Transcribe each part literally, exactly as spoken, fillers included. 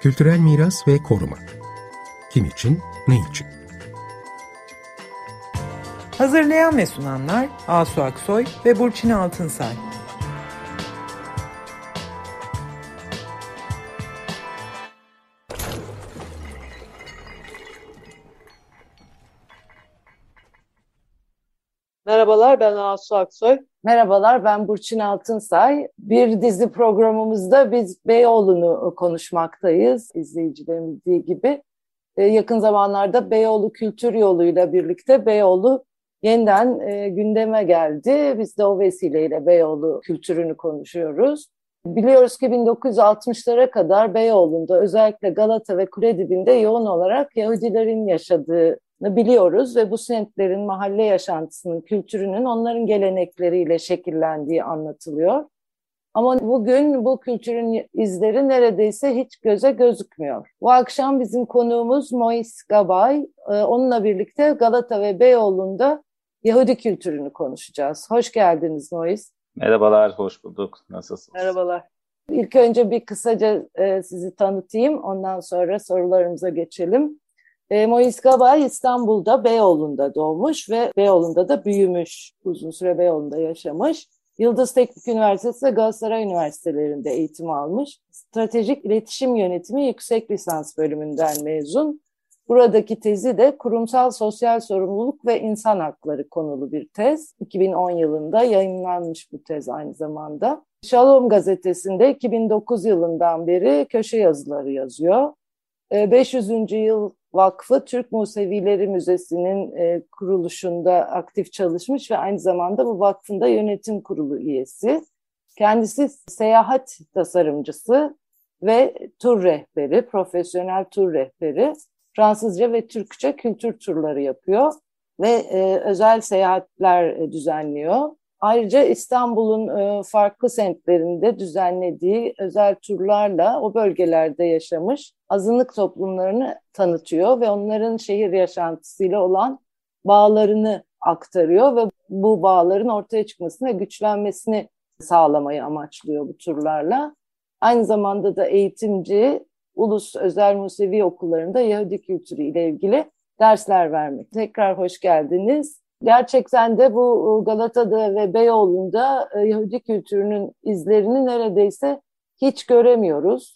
Kültürel miras ve koruma. Kim için, ne için? Hazırlayan ve sunanlar Asu Aksoy ve Burçin Altınsay. Merhabalar, ben Asu Aksoy. Merhabalar, ben Burçin Altınsay. Bir dizi programımızda biz Beyoğlu'nu konuşmaktayız, izleyicilerin bildiği gibi. Ee, yakın zamanlarda Beyoğlu Kültür Yolu'yla birlikte Beyoğlu yeniden e, gündeme geldi. Biz de o vesileyle Beyoğlu kültürünü konuşuyoruz. Biliyoruz ki bin dokuz yüz altmışlara kadar Beyoğlu'nda, özellikle Galata ve Kuledibinde yoğun olarak Yahudilerin yaşadığı biliyoruz ve bu semtlerin mahalle yaşantısının, kültürünün onların gelenekleriyle şekillendiği anlatılıyor. Ama bugün bu kültürün izleri neredeyse hiç göze gözükmüyor. Bu akşam bizim konuğumuz Mois Gabay. Onunla birlikte Galata ve Beyoğlu'nda Yahudi kültürünü konuşacağız. Hoş geldiniz Mois. Merhabalar, hoş bulduk. Nasılsınız? Merhabalar. İlk önce bir kısaca sizi tanıtayım, ondan sonra sorularımıza geçelim. E, Mois Gabay İstanbul'da, Beyoğlu'nda doğmuş ve Beyoğlu'nda da büyümüş. Uzun süre Beyoğlu'nda yaşamış. Yıldız Teknik Üniversitesi ve Galatasaray Üniversitelerinde eğitim almış. Stratejik İletişim Yönetimi Yüksek Lisans bölümünden mezun. Buradaki tezi de kurumsal sosyal sorumluluk ve insan hakları konulu bir tez. iki bin on yılında yayınlanmış bu tez aynı zamanda. Shalom gazetesinde iki bin dokuz yılından beri köşe yazıları yazıyor. beş yüzüncü. Yıl Vakfı Türk Musevileri Müzesi'nin e, kuruluşunda aktif çalışmış ve aynı zamanda bu vakfın da yönetim kurulu üyesi. Kendisi seyahat tasarımcısı ve tur rehberi, profesyonel tur rehberi. Fransızca ve Türkçe kültür turları yapıyor ve e, özel seyahatler düzenliyor. Ayrıca İstanbul'un e, farklı semtlerinde düzenlediği özel turlarla o bölgelerde yaşamış azınlık toplumlarını tanıtıyor ve onların şehir yaşantısıyla olan bağlarını aktarıyor ve bu bağların ortaya çıkmasını ve güçlenmesini sağlamayı amaçlıyor bu turlarla. Aynı zamanda da eğitimci, ulus özel Musevi okullarında Yahudi kültürü ile ilgili dersler vermek. Tekrar hoş geldiniz. Gerçekten de bu Galata'da ve Beyoğlu'nda Yahudi kültürünün izlerini neredeyse hiç göremiyoruz.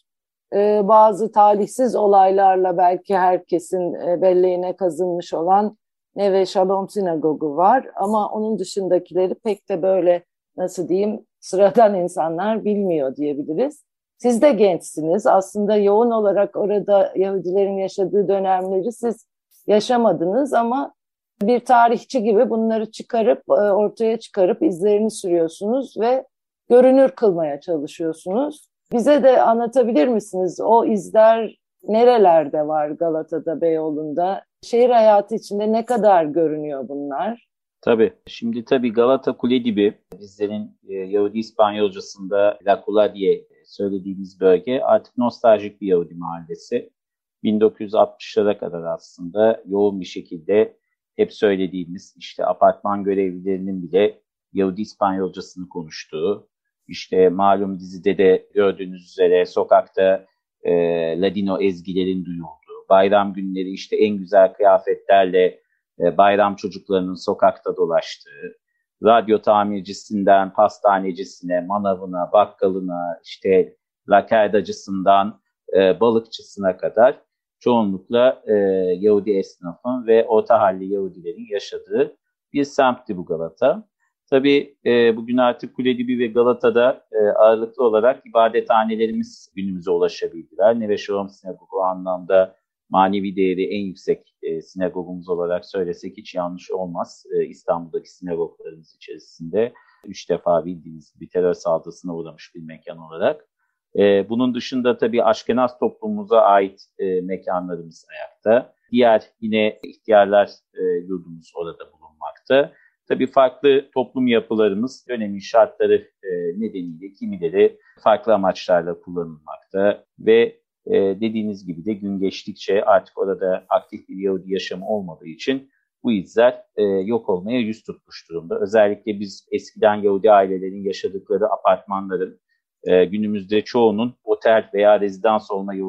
Bazı talihsiz olaylarla belki herkesin belleğine kazınmış olan Neve Shalom Sinagogu var. Ama onun dışındakileri pek de böyle, nasıl diyeyim, sıradan insanlar bilmiyor diyebiliriz. Siz de gençsiniz. Aslında yoğun olarak orada Yahudilerin yaşadığı dönemleri siz yaşamadınız ama bir tarihçi gibi bunları çıkarıp, ortaya çıkarıp izlerini sürüyorsunuz ve görünür kılmaya çalışıyorsunuz. Bize de anlatabilir misiniz? O izler nerelerde var Galata'da, Beyoğlu'nda? Şehir hayatı içinde ne kadar görünüyor bunlar? Tabii. Şimdi tabii Galata Kuledibi, bizlerin e, Yahudi İspanyolcasında La Kula diye söylediğimiz bölge artık nostaljik bir Yahudi mahallesi. bin dokuz yüz altmışlara kadar aslında yoğun bir şekilde hep söylediğimiz işte apartman görevlilerinin bile Yahudi İspanyolcasını konuştuğu, işte malum dizide de gördüğünüz üzere sokakta e, Ladino ezgilerin duyulduğu, bayram günleri işte en güzel kıyafetlerle e, bayram çocuklarının sokakta dolaştığı, radyo tamircisinden pastanecisine, manavına, bakkalına, işte lakerdacısından e, balıkçısına kadar çoğunlukla e, Yahudi esnafın ve orta halli Yahudilerin yaşadığı bir semtti bu Galata. Tabii e, bugün artık Kuledibi ve Galata'da e, ağırlıklı olarak ibadethanelerimiz günümüze ulaşabildiler. Neve Shalom Sinagogu anlamda manevi değeri en yüksek e, sinagogumuz olarak söylesek hiç yanlış olmaz. E, İstanbul'daki sinagoglarımız içerisinde üç defa bildiğiniz bir terör saldırısına uğramış bir mekan olarak. Ee, bunun dışında tabii Aşkenaz toplumumuza ait e, mekanlarımız ayakta. Diğer yine ihtiyarlar e, yurdumuz orada bulunmakta. Tabii farklı toplum yapılarımız dönemin şartları e, nedeniyle kimileri farklı amaçlarla kullanılmakta. Ve e, dediğiniz gibi de gün geçtikçe artık orada aktif bir Yahudi yaşamı olmadığı için bu izler e, yok olmaya yüz tutmuş durumda. Özellikle biz eskiden Yahudi ailelerin yaşadıkları apartmanların Ee, günümüzde çoğunun otel veya rezidans olma yoluna gittiğini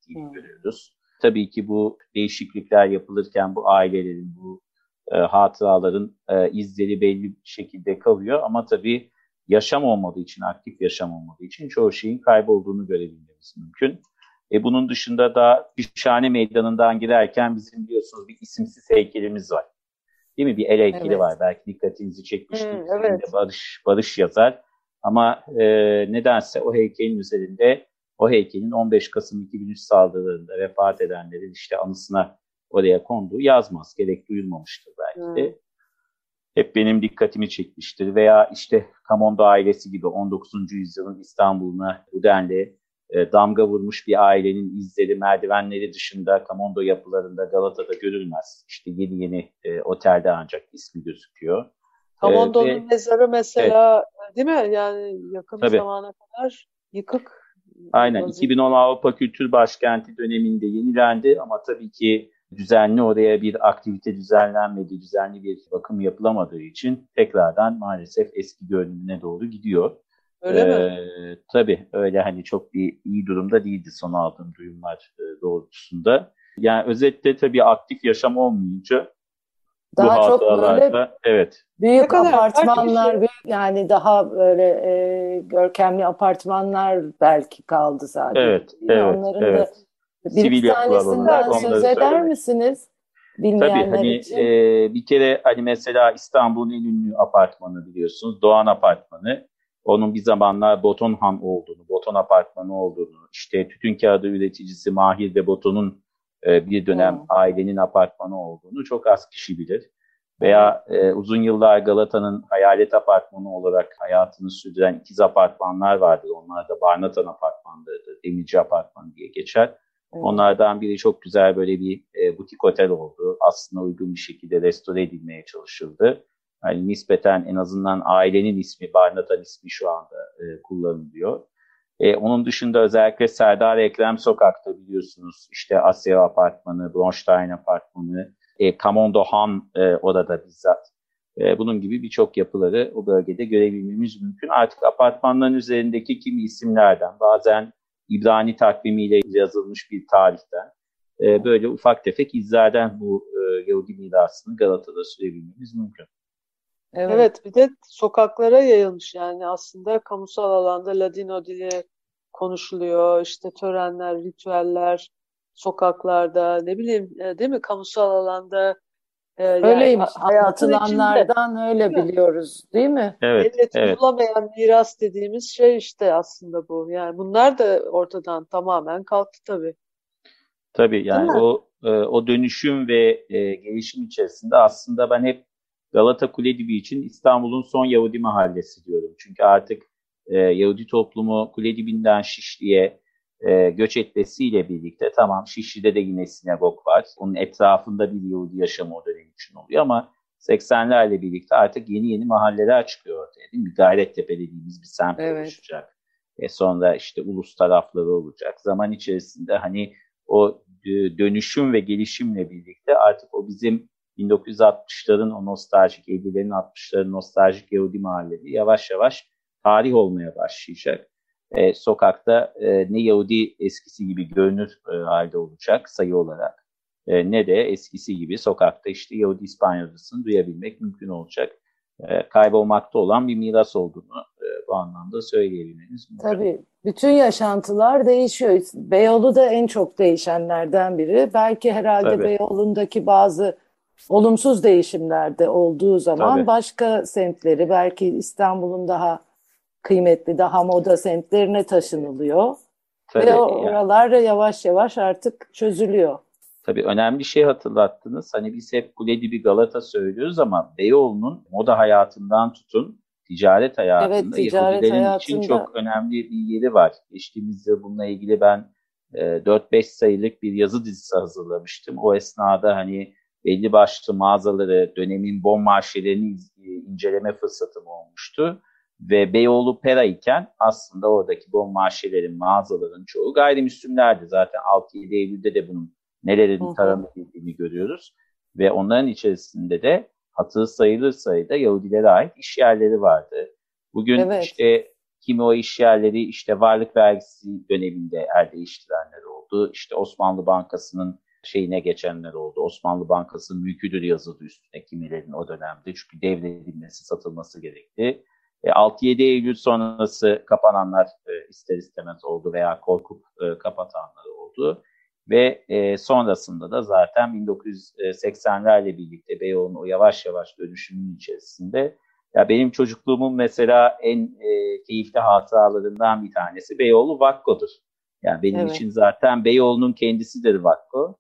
gittiğini Hmm. görüyoruz. Tabii ki bu değişiklikler yapılırken bu ailelerin, bu e, hatıraların e, izleri belli bir şekilde kalıyor. Ama tabii yaşam olmadığı için, aktif yaşam olmadığı için çoğu şeyin kaybolduğunu görebilmemiz mümkün. E, bunun dışında da Gümüşhane Meydanı'ndan girerken bizim biliyorsunuz bir isimsiz heykelimiz var. Değil mi? Bir el heykeli Evet. var. Belki dikkatinizi çekmiştir. Hmm, Üzerinde evet. Barış, Barış yazar. Ama e, nedense o heykelin üzerinde o heykelin on beş Kasım iki bin üç saldırılarında vefat edenlerin işte anısına oraya konduğu yazmaz. Gerek duyulmamıştır belki de. Hmm. Hep benim dikkatimi çekmiştir. Veya işte Kamondo ailesi gibi on dokuzuncu yüzyılın İstanbul'una bu denli e, damga vurmuş bir ailenin izleri, merdivenleri dışında Kamondo yapılarında Galata'da görülmez. İşte yeni yeni e, otelde ancak ismi gözüküyor. Kamondo'nun Ee, ve mezarı mesela, değil mi? Yani yakın tabii zamana kadar yıkık aynen vaziyette. iki bin on Avrupa Kültür Başkenti döneminde yenilendi ama tabii ki düzenli oraya bir aktivite düzenlenmedi, düzenli bir bakım yapılamadığı için tekrardan maalesef eski görünümüne doğru gidiyor. Öyle mi? Ee, tabii öyle hani çok bir iyi durumda değildi son aldığım duyumlar e, doğrultusunda. Yani özetle tabii aktif yaşam olmayınca bu Daha çok böyle hatıralarda evet Ne büyük kadar kaç apartmanlar, kişi? büyük, yani daha böyle e, görkemli apartmanlar belki kaldı sadece, evet değil mi? evet Onların da evet bir iki sivil yapılar olarak tanesinden söz onları eder söylemek. misiniz Tabii bilmeyenler hani için? e, bir kere hani mesela İstanbul'un en ünlü apartmanı biliyorsunuz Doğan Apartmanı. Onun bir zamanlar Botonhan olduğunu, Boton Apartmanı olduğunu, işte tütün kağıdı üreticisi Mahir ve Boton'un e, bir dönem Hmm, ailenin apartmanı olduğunu çok az kişi bilir. evet. Veya e, uzun yıllar Galata'nın hayalet apartmanı olarak hayatını sürdüren ikiz apartmanlar vardır. Onlar da Barnatan Apartmanlarıdır, Demirci Apartmanı diye geçer. Evet. Onlardan biri çok güzel böyle bir e, butik otel oldu. Aslında uygun bir şekilde restore edilmeye çalışıldı. Yani nispeten en azından ailenin ismi, Barnatan ismi şu anda e, kullanılıyor. E, onun dışında özellikle Serdar Ekrem Sokak'ta biliyorsunuz işte Asya Apartmanı, Bronstein Apartmanı, e, Kamondo Han e, orada bizzat. E, bunun gibi birçok yapıları o bölgede görebilmemiz mümkün. Artık apartmanların üzerindeki kimi isimlerden, bazen İbrani takvimiyle yazılmış bir tarihten, e, böyle ufak tefek izlerden bu e, Yahudi mirasını Galata'da sürebilmemiz mümkün. Evet. Evet, bir de sokaklara yayılmış, yani aslında kamusal alanda Ladino dili konuşuluyor. İşte törenler, ritüeller sokaklarda, ne bileyim, e, değil mi? Kamusal alanda, e, yani Öyleymiş. ha- hayatın içinde, Anlatılanlardan öyle değil mi? biliyoruz, değil mi? Evet, Elle evet. tutulamayan miras dediğimiz şey işte aslında bu. Yani bunlar da ortadan tamamen kalktı tabii. Tabii Değil yani mi? o e, o dönüşüm ve e, gelişim içerisinde aslında ben hep Galata Kuledibi için İstanbul'un son Yahudi mahallesi diyorum. Çünkü artık e, Yahudi toplumu Kuledibi'nden Şişli'ye e, göç etmesiyle birlikte tamam Şişli'de de yine sinagog var. Onun etrafında bir Yahudi yaşamı o dönem için oluyor ama seksenlerle birlikte artık yeni yeni mahalleler çıkıyor ortaya değil mi? Gayrettepe dediğimiz bir semt Evet. oluşacak. E sonra işte ulus tarafları olacak. Zaman içerisinde hani o dönüşüm ve gelişimle birlikte artık o bizim bin dokuz yüz altmışların o nostaljik, ellilerin altmışların nostaljik Yahudi mahalleleri yavaş yavaş tarih olmaya başlayacak. E, sokakta e, ne Yahudi eskisi gibi görünür e, halde olacak sayı olarak e, ne de eskisi gibi sokakta işte Yahudi İspanyolcasını duyabilmek mümkün olacak. E, kaybolmakta olan bir miras olduğunu e, bu anlamda söyleyebilmeniz mümkün. Tabii bütün yaşantılar değişiyor. Beyoğlu da en çok değişenlerden biri. Belki herhalde Tabii, Beyoğlu'ndaki bazı olumsuz değişimler de olduğu zaman tabii, başka semtleri, belki İstanbul'un daha kıymetli, daha moda semtlerine taşınılıyor. Ve tabii. Yani, oralar da yavaş yavaş artık çözülüyor. tabii önemli bir şey hatırlattınız. Hani biz hep Kuledibi Galata söylüyoruz ama Beyoğlu'nun moda hayatından tutun ticaret Evet, hayatında ticaret Yahudilerin için hayatında çok önemli bir yeri var. Geçtiğimiz yıl bununla ilgili ben e, dört beş sayılık bir yazı dizisi hazırlamıştım. O esnada hani belli başlı mağazaları, dönemin bon marşelerini inceleme fırsatım olmuştu. Ve Beyoğlu Pera iken aslında oradaki bon marşelerin, mağazaların çoğu gayrimüslimlerdi. Zaten altı yedi Eylül'de de bunun hı nerelerin hı, talan edildiğini görüyoruz. Ve onların içerisinde de hatırı sayılır sayıda Yahudilere ait iş yerleri vardı. Bugün evet. işte kimi o iş yerleri işte varlık vergisi döneminde el değiştirenler oldu. oldu. İşte Osmanlı Bankası'nın şeyine geçenler oldu. Osmanlı Bankası'nın mülküdür yazıldı üstüne kimilerin o dönemde. Çünkü devredilmesi, satılması gerekti. E, altı yedi Eylül sonrası kapananlar e, ister istemez oldu veya korkup e, kapatanlar oldu. Ve e, sonrasında da zaten bin dokuz yüz seksenlerle birlikte Beyoğlu'nun o yavaş yavaş dönüşümünün içerisinde, ya benim çocukluğumun mesela en e, keyifli hatıralarından bir tanesi Beyoğlu Vakko'dur. Yani benim Evet. için zaten Beyoğlu'nun kendisidir Vakko.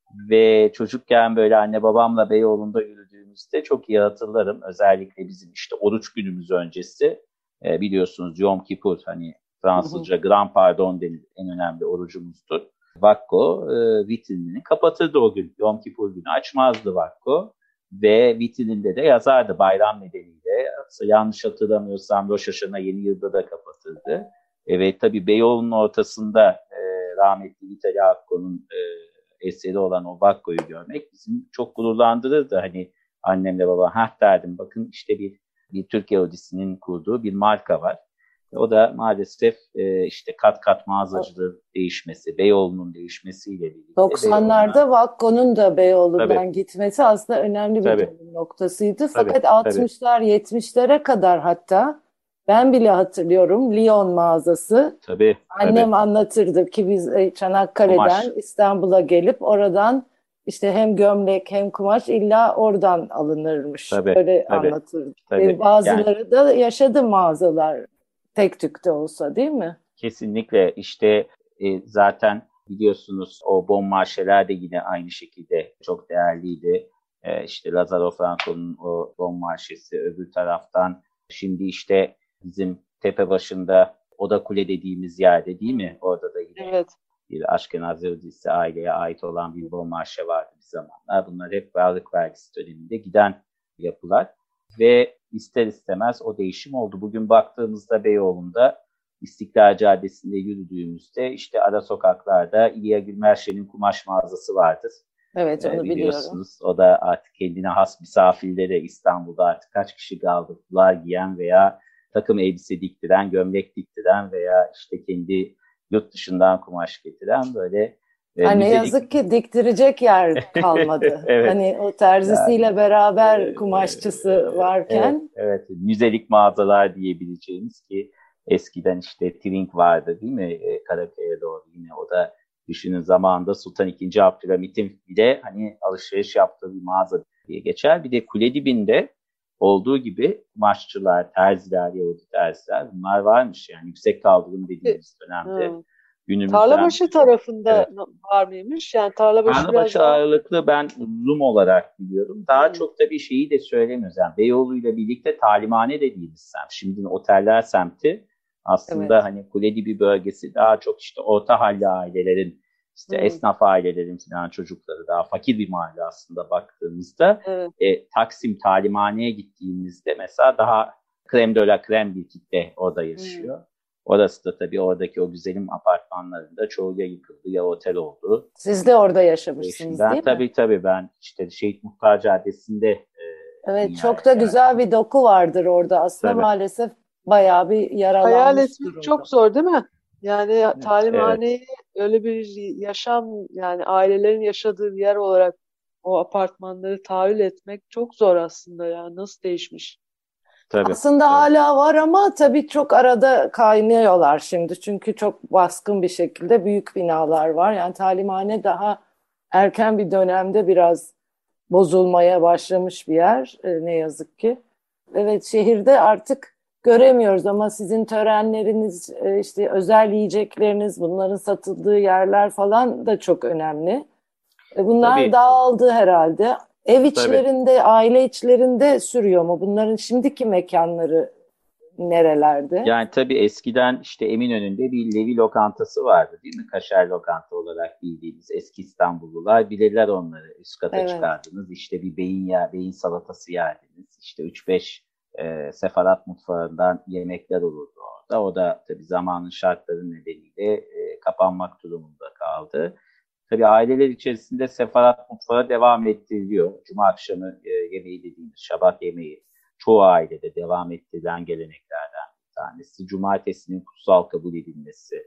Ve çocukken böyle anne babamla Beyoğlu'nda yürüdüğümüzde çok iyi hatırlarım. Özellikle bizim işte oruç günümüz öncesi e, biliyorsunuz Yom Kippur, hani Fransızca Grand Pardon denir, en önemli orucumuzdur. Vakko e, vitrinini kapatırdı o gün. Yom Kippur günü açmazdı Vakko ve vitrininde de yazardı bayram nedeniyle. Yanlış hatırlamıyorsam Rosh Hashanah Yeni Yılda da kapatırdı. Evet, tabii Beyoğlu'nun ortasında e, rahmetli Vitali Hakko'nun e, eseri olan o Vakko'yu görmek bizim çok gururlandırırdı. Hani annemle babam, ha derdim, bakın işte bir, bir Türk Yahudisi'nin kurduğu bir marka var. O da maalesef e, işte kat kat mağazacılığın değişmesi, Beyoğlu'nun değişmesiyle birlikte. doksanlarda Vakko'nun da Beyoğlu'ndan Tabii. gitmesi aslında önemli bir Tabii. dönüm noktasıydı. Tabii, Fakat altmışlar yetmişlere kadar hatta ben bile hatırlıyorum Lyon mağazası. Tabii. Annem tabii. anlatırdı ki biz Çanakkale'den Kumaş. İstanbul'a gelip oradan işte hem gömlek hem kumaş illa oradan alınırmış. Tabii, Öyle tabii, anlatırdı. tabii. Ve bazıları yani, da yaşadı mağazalar tek tük de olsa, değil mi? Kesinlikle. İşte e, zaten biliyorsunuz o bon marşeler de yine aynı şekilde çok değerliydi. E, işte Lazaro Franco'nun o bon marşesi, öbür taraftan şimdi işte bizim tepe başında Oda Kule dediğimiz yerde, değil mi? Orada da yine Evet. bir Aşkenazi Yahudisi aileye ait olan bir bon marşe vardı bir zamanlar. Bunlar hep varlık vergisi döneminde giden yapılar ve ister istemez o değişim oldu. Bugün baktığımızda Beyoğlu'nda İstiklal Caddesi'nde yürüdüğümüzde işte ara sokaklarda İlya Gülmerşen'in kumaş mağazası vardır. Evet, onu ee, biliyorsunuz. biliyorum. O da artık kendine has misafirlere İstanbul'da artık kaç kişi kaldı? Fular giyen veya takım elbise diktiren, gömlek diktiren veya işte kendi yurt dışından kumaş getiren böyle e, Hani müzelik... yazık ki diktirecek yer kalmadı. Evet. Hani o terzisiyle Yani, beraber e, kumaşçısı varken. Evet, evet, müzelik mağazalar diyebileceğimiz ki eskiden işte Trink vardı, değil mi? E, Karaköy'e doğru yine, o da düşünün zamanında Sultan ikinci. Abdülhamit'in bile hani alışveriş yaptığı bir mağaza diye geçer. Bir de kule dibinde olduğu gibi kumaşçılar, terziler, Yahudi terziler, bunlar varmış yani yüksek kaldırım dediğimiz dönemde. Hı. Günümüzden Tarlabaşı tarafında evet. var mıymış? Yani Tarlabaşı, Tarlabaşı biraz daha... ağırlıklı ben Rum olarak biliyorum. Daha Hmm. çok da bir şeyi de söylemiyoruz. Yani Beyoğlu'yla birlikte talimhane de değiliz semt. Şimdi oteller semti aslında Evet. hani Kuledibi bölgesi daha çok işte orta halli ailelerin, işte Hmm. esnaf ailelerin falan çocukları, daha fakir bir mahalle aslında baktığımızda. Evet. E, Taksim talimhaneye gittiğimizde mesela daha krem de la krem bir kitle orada yaşıyor. Hmm. Orası da tabii oradaki o güzelim apartmanlarında çoğu ya yıkıldı ya otel oldu. Siz de orada yaşamışsınız, Ben, değil tabii, mi? Tabii ben işte Şehit Muhtar Caddesi'nde e, Evet, çok da güzel bir doku vardır orada. Aslında tabii. Maalesef bayağı bir yaralanmış Hayal etmek durumda. çok zor, değil mi? Yani evet, talimhaneyi evet. öyle bir yaşam, yani ailelerin yaşadığı bir yer olarak o apartmanları tahayyül etmek çok zor aslında ya. Nasıl değişmiş? Tabii, Aslında tabii. hala var ama tabii çok arada kaynıyorlar şimdi. Çünkü çok baskın bir şekilde büyük binalar var. Yani talimhane daha erken bir dönemde biraz bozulmaya başlamış bir yer, e, ne yazık ki. Evet, şehirde artık göremiyoruz ama sizin törenleriniz, e, işte özel yiyecekleriniz, bunların satıldığı yerler falan da çok önemli. E, Bunlar Tabii. dağıldı herhalde. Ev Tabii. içlerinde, aile içlerinde sürüyor mu? Bunların şimdiki mekanları nerelerde? Yani tabii eskiden işte Eminönü'nde bir Levi lokantası vardı, değil mi? Kaşar lokanta olarak bildiğimiz eski İstanbullular bilirler onları. Üst kata Evet. çıkardınız, işte bir beyin ya beyin salatası yerdiniz. İşte üç beş e, sefarat mutfağından yemekler olurdu orada. O da tabii zamanın şartları nedeniyle e, kapanmak durumunda kaldı. Tabii aileler içerisinde sefarat mutfağı devam ettiriliyor. Cuma akşamı e, yemeği dediğimiz şabat yemeği çoğu ailede devam ettirilen geleneklerden bir tanesi. Cumartesinin kutsal kabul edilmesi.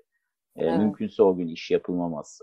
E, Evet. Mümkünse o gün iş yapılmaması.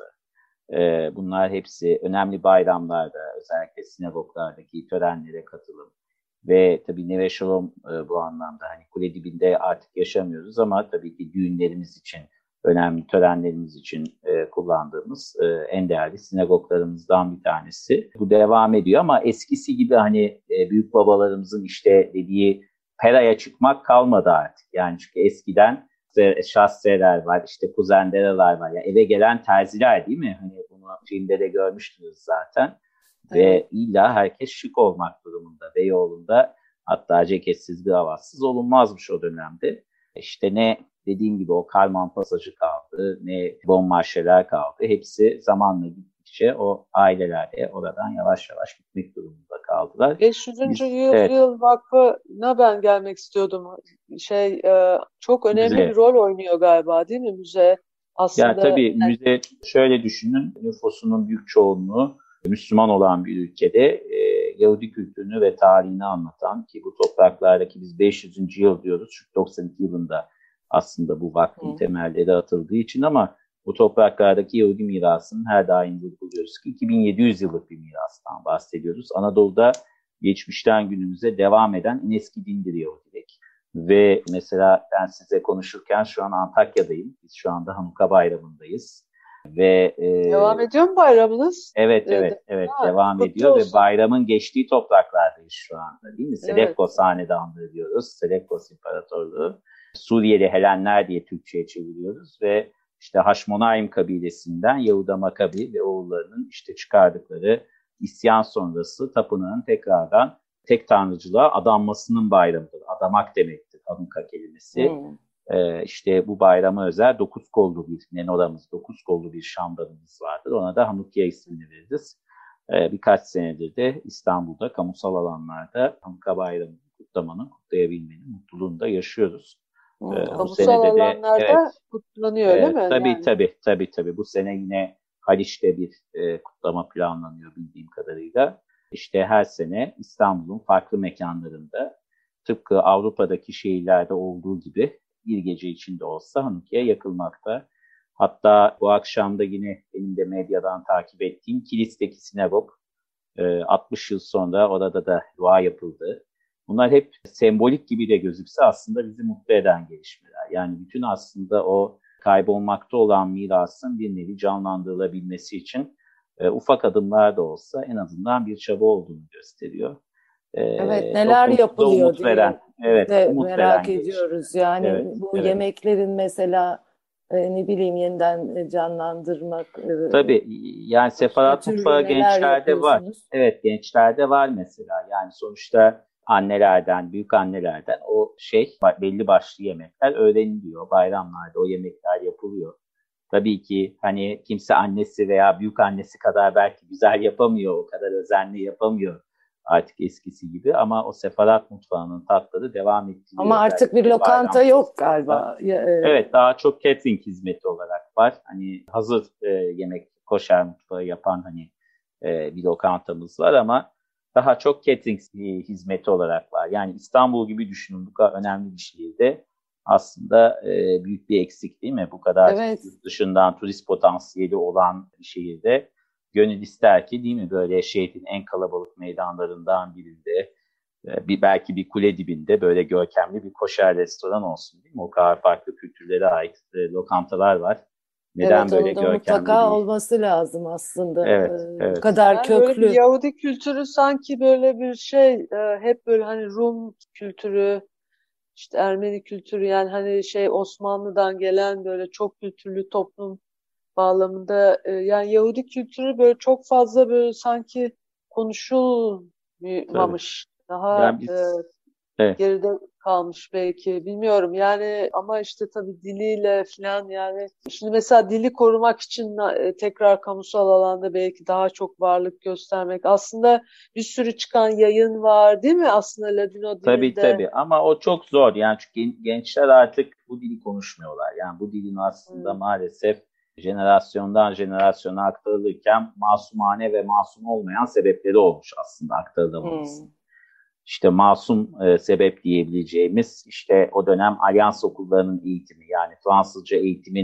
E, bunlar hepsi önemli bayramlarda, özellikle sinagoglardaki törenlere katılım. Ve tabii Neve Shalom e, bu anlamda hani kule dibinde artık yaşamıyoruz ama tabii ki düğünlerimiz için, önemli törenlerimiz için e, kullandığımız e, en değerli sinagoglarımızdan bir tanesi. Bu devam ediyor ama eskisi gibi hani e, büyük babalarımızın işte dediği peraya çıkmak kalmadı artık. Yani çünkü eskiden şahseler var, işte kuzendereler var. Yani eve gelen terziler değil mi? Hani bunu filmde de görmüştünüz zaten. Ve evet. illa herkes şık olmak durumunda. Beyoğlu'nda hatta ceketsiz, gravatsız olunmazmış o dönemde. İşte ne dediğim gibi o Karman Pasajı kaldı, ne Bon Marche'ler kaldı. Hepsi zamanla gittikçe o ailelerle oradan yavaş yavaş gitmek durumunda kaldılar. beş yüzüncü Biz, yıl, evet. yıl vakfına ben gelmek istiyordum. Şey e, çok önemli müze. bir rol oynuyor galiba değil mi müze? Aslında ya tabii yani... müze şöyle düşünün, nüfusunun büyük çoğunluğu Müslüman olan bir ülkede e, Yahudi kültürünü ve tarihini anlatan, ki bu topraklardaki biz beş yüzüncü yıl diyoruz. Çünkü doksan iki yılında aslında bu vakfın Hı. temelleri atıldığı için, ama bu topraklardaki Yahudi mirasının her daim vurguluyoruz ki iki bin yedi yüz yıllık bir mirastan bahsediyoruz. Anadolu'da geçmişten günümüze devam eden en eski dindir Yahudilik. Ve mesela ben size konuşurken şu an Antakya'dayım. Biz şu anda Hanuka Bayramı'ndayız. Ve e, devam ediyor mu bayramınız? Evet, evet, evet, evet ha, devam ediyor olsun. Ve bayramın geçtiği topraklardayız şu anda, değil mi? Selefkos evet. hanedanlığı diyoruz, Selefkos İmparatorluğu. Suriyeli Helenler diye Türkçe'ye çeviriyoruz ve işte Haşmonaim kabilesinden Yahuda Makabi ve oğullarının işte çıkardıkları isyan sonrası tapınağın tekrardan tek tanrıcılığa adanmasının bayramıdır. Adamak demektir Hanuka kelimesi. Hmm. Ee, işte bu bayrama özel dokuz kollu bir menoramız, dokuz kollu bir şamdanımız vardır. Ona da Hanukiya ismini veririz. Ee, birkaç senedir de İstanbul'da kamusal alanlarda Hanuka Bayramı'nı kutlamanın, kutlayabilmenin mutluluğunu da yaşıyoruz. Hmm. Ee, kamusal bu alanlarda de, evet, kutlanıyor öyle e, mi? Tabii yani? tabii tabii tabii. Bu sene yine Haliç'te bir e, kutlama planlanıyor bildiğim kadarıyla. İşte her sene İstanbul'un farklı mekanlarında, tıpkı Avrupa'daki şehirlerde olduğu gibi bir gece içinde olsa Hanuki'ye yakılmakta. Hatta bu akşam da yine benim de medyadan takip ettiğim Kilis'teki sinagog, altmış yıl sonra orada da dua yapıldı. Bunlar hep sembolik gibi de gözükse aslında bizi mutlu eden gelişmeler. Yani bütün aslında o kaybolmakta olan mirasın bir nevi canlandırılabilmesi için e, ufak adımlar da olsa en azından bir çaba olduğunu gösteriyor. E, evet, neler yapılıyor umut veren, evet, de umut merak veren ediyoruz. Gelişme. Yani evet, bu evet. yemeklerin mesela e, ne bileyim yeniden canlandırmak. E, Tabii yani sefarat mutfağı gençlerde var. Evet, gençlerde var mesela. Yani sonuçta annelerden, büyük annelerden o şey belli başlı yemekler öğreniliyor. Bayramlarda o yemekler yapılıyor. Tabii ki hani kimse annesi veya büyük annesi kadar belki güzel yapamıyor, o kadar özenli yapamıyor artık eskisi gibi, ama o sefarat mutfağının tatları devam ettiriyor. Ama artık bir lokanta yok galiba. Evet, daha çok catering hizmeti olarak var. Hani hazır e, yemek, koşer mutfağı yapan hani e, bir lokantamız var ama daha çok catering hizmeti olarak var. Yani İstanbul gibi düşünün, bu kadar önemli bir şehirde aslında e, büyük bir eksik değil mi? Bu kadar evet. dışından turist potansiyeli olan bir şehirde gönül ister ki, değil mi, böyle şehrin en kalabalık meydanlarından birinde, e, bir belki bir kule dibinde böyle görkemli bir koşer restoran olsun, değil mi? O kadar farklı kültürlere ait e, lokantalar var. Neden evet, böyle görkemli mutlaka değil? olması lazım aslında. Evet, evet. Bu kadar yani köklü. Böyle bir Yahudi kültürü sanki böyle bir şey, e, hep böyle hani Rum kültürü, işte Ermeni kültürü, yani hani şey Osmanlı'dan gelen böyle çok kültürlü toplum bağlamında, e, yani Yahudi kültürü böyle çok fazla böyle sanki konuşulmamış. Tabii. Daha yani biz, e, evet. geride kalmış belki, bilmiyorum yani, ama işte tabii diliyle falan, yani şimdi mesela dili korumak için e, tekrar kamusal alanda belki daha çok varlık göstermek, aslında bir sürü çıkan yayın var değil mi aslında Ladino dilinde? Tabii tabii, ama o çok zor yani, çünkü gençler artık bu dili konuşmuyorlar. Yani bu dilin aslında hmm. maalesef jenerasyondan jenerasyona aktarılırken masumane ve masum olmayan sebepleri olmuş aslında aktarılamaması. Hmm. İşte masum e, sebep diyebileceğimiz, işte o dönem Alyans okullarının eğitimi, yani Fransızca eğitimin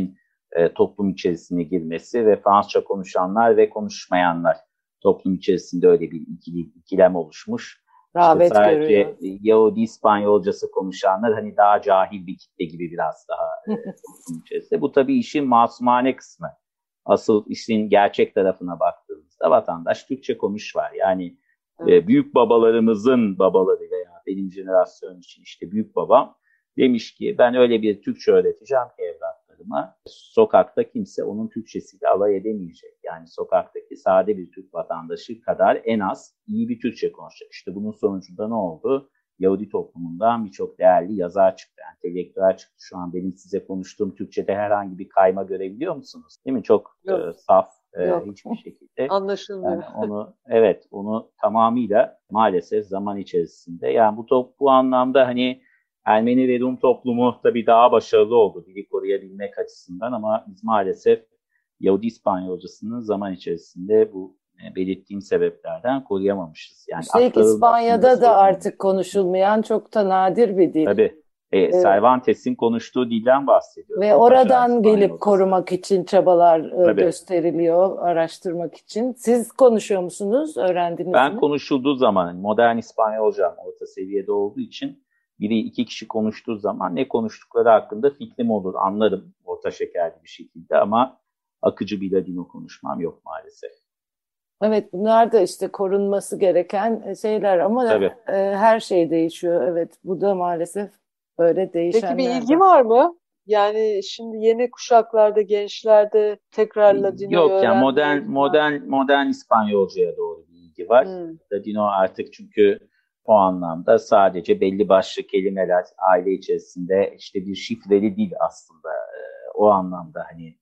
e, toplum içerisine girmesi ve Fransızca konuşanlar ve konuşmayanlar toplum içerisinde öyle bir ikili, ikilem oluşmuş. Rağbet işte sadece görüyor. Yahudi İspanyolcası konuşanlar hani daha cahil bir kitle gibi biraz daha e, toplum içerisinde. Bu tabii işin masumane kısmı. Asıl işin gerçek tarafına baktığımızda vatandaş Türkçe konuş var. Yani evet. e, büyük babalarımızın babaları veya benim jenerasyon için işte büyük babam demiş ki ben öyle bir Türkçe öğreteceğim ki evlatlarıma sokakta kimse onun Türkçesiyle alay edemeyecek. Yani sokaktaki sade bir Türk vatandaşı kadar en az iyi bir Türkçe konuşacak. İşte bunun sonucunda ne oldu? Yahudi toplumundan birçok değerli yazar çıktı, entelektüel çıktı. Şu an benim size konuştuğum Türkçe'de herhangi bir kayma görebiliyor musunuz? Değil mi? Çok e, saf, e, hiçbir şekilde. Anlaşılmıyor. Yani onu, evet, onu tamamıyla maalesef zaman içerisinde. Yani bu top, bu anlamda hani Ermeni ve Rum toplumu tabii daha başarılı oldu dili koruyabilmek açısından ama biz maalesef Yahudi İspanyolcasını zaman içerisinde bu belirttiğim sebeplerden koruyamamışız. Yani Üstelik İspanya'da da artık konuşulmayan çok da nadir bir dil. Tabii. E, evet. Cervantes'in konuştuğu dilden bahsediyoruz. Ve oradan gelip korumak için çabalar Tabii. gösteriliyor, araştırmak için. Siz konuşuyor musunuz? Öğrendiniz ben mi? Ben konuşulduğu zaman, modern İspanyolcam orta seviyede olduğu için biri iki kişi konuştuğu zaman ne konuştukları hakkında fikrim olur, anlarım orta şekerli bir şekilde ama akıcı bir Ladino konuşmam yok maalesef. Evet, bunlar da işte korunması gereken şeyler ama Tabii. her şey değişiyor. Evet, bu da maalesef böyle değişenler. Peki bir ilgi var mı? Yani şimdi yeni kuşaklarda, gençlerde tekrar Ladino Yok yani modern modern modern İspanyolcaya doğru bir ilgi var. Hmm. Ladino artık çünkü o anlamda sadece belli başlı kelimeler aile içerisinde işte bir şifreli dil aslında o anlamda hani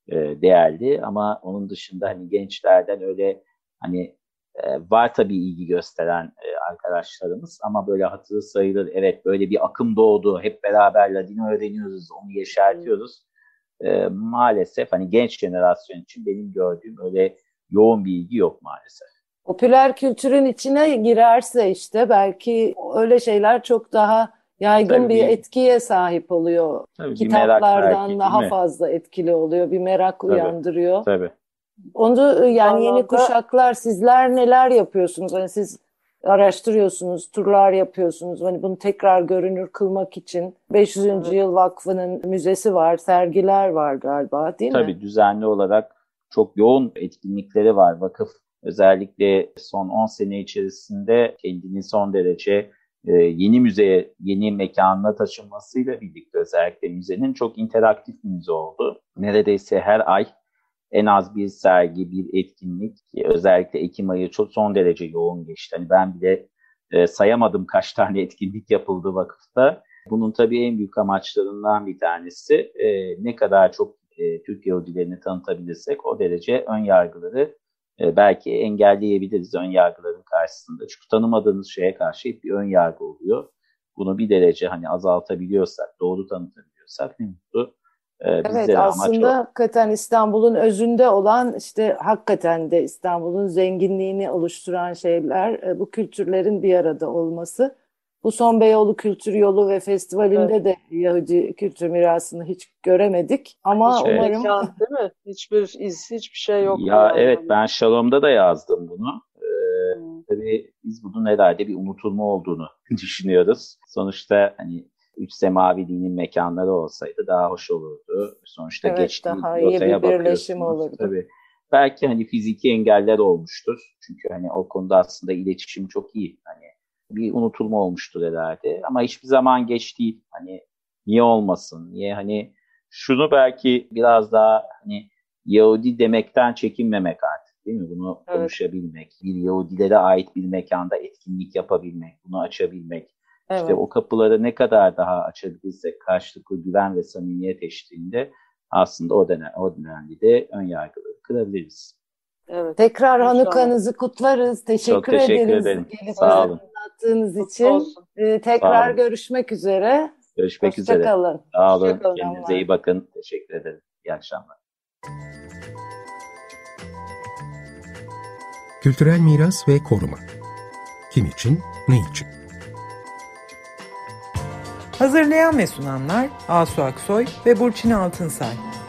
değerli ama onun dışında hani gençlerden öyle hani var tabii ilgi gösteren arkadaşlarımız ama böyle hatırı sayılır. Evet böyle bir akım doğdu. Hep beraber Ladino öğreniyoruz, onu yeşertiyoruz. E, maalesef hani genç jenerasyon için benim gördüğüm öyle yoğun bir ilgi yok maalesef. Popüler kültürün içine girerse işte belki öyle şeyler çok daha yaygın Tabii bir etkiye sahip oluyor. Tabii kitaplardan belki, daha fazla etkili oluyor. Bir merak Tabii. uyandırıyor. Tabii. Onu yani yeni kuşaklar sizler neler yapıyorsunuz? Hani siz araştırıyorsunuz, turlar yapıyorsunuz. Hani bunu tekrar görünür kılmak için beş yüzüncü Evet. Yıl Vakfı'nın müzesi var, sergiler var galiba değil Tabii, mi? Tabii düzenli olarak çok yoğun etkinlikleri var. Vakıf özellikle son on sene içerisinde kendini son derece e, yeni müzeye, yeni mekanına taşınmasıyla birlikte özellikle müzenin çok interaktif bir müze oldu. Neredeyse her ay en az bir sergi, bir etkinlik, özellikle Ekim ayı çok son derece yoğun geçti. Hani ben bile e, sayamadım kaç tane etkinlik yapıldı vakıfta. Bunun tabii en büyük amaçlarından bir tanesi e, ne kadar çok e, Türk Yahudilerini tanıtabilirsek o derece ön yargıları e, belki engelleyebiliriz ön yargıların karşısında. Çünkü tanımadığınız şeye karşı hep bir ön yargı oluyor. Bunu bir derece hani azaltabiliyorsak, doğru tanıtabiliyorsak ne mutlu. Evet aslında hakikaten İstanbul'un özünde olan işte hakikaten de İstanbul'un zenginliğini oluşturan şeyler bu kültürlerin bir arada olması. Bu son Beyoğlu Kültür Yolu ve Festivali'nde evet. de Yahudi kültür mirasını hiç göremedik ama hiçbir umarım... mekan değil mi? Hiçbir iz, hiçbir şey yok. Ya yani. Evet ben Shalom'da da yazdım bunu. Ee, hmm. Tabii biz bunun herhalde bir unutulma olduğunu düşünüyoruz. Sonuçta hani üç semavi dinin mekanları olsaydı daha hoş olurdu. Sonuçta evet, geçtiği daha iyi bir birleşim olurdu. Tabii. Belki hani fiziki engeller olmuştur. Çünkü hani o konuda aslında iletişim çok iyi. Hani bir unutulma olmuştur herhalde. Ama hiçbir zaman geç değil. Hani niye olmasın? Niye hani şunu belki biraz daha hani Yahudi demekten çekinmemek artık değil mi? Bunu evet. konuşabilmek. Bir Yahudilere ait bir mekanda etkinlik yapabilmek. Bunu açabilmek. Evet. İşte o kapıları ne kadar daha açabilirsek karşılıklı güven ve samimiyet eşliğinde aslında o dönem, o dönemde de ön yargıları kırabiliriz. Evet. Tekrar Hanuka'nızı kutlarız. Teşekkür, Çok teşekkür ederiz. ederim. Gelip Sağ olun. Anlattığınız için. Ee, tekrar görüşmek üzere. Görüşmek Hoşça üzere. Kalın. Sağ olun. Hoşça kalın. Kendinize iyi bakın. Teşekkür ederim. İyi akşamlar. Kültürel miras ve koruma. Kim için, ne için? Hazırlayan ve sunanlar Asu Aksoy ve Burçin Altınsay.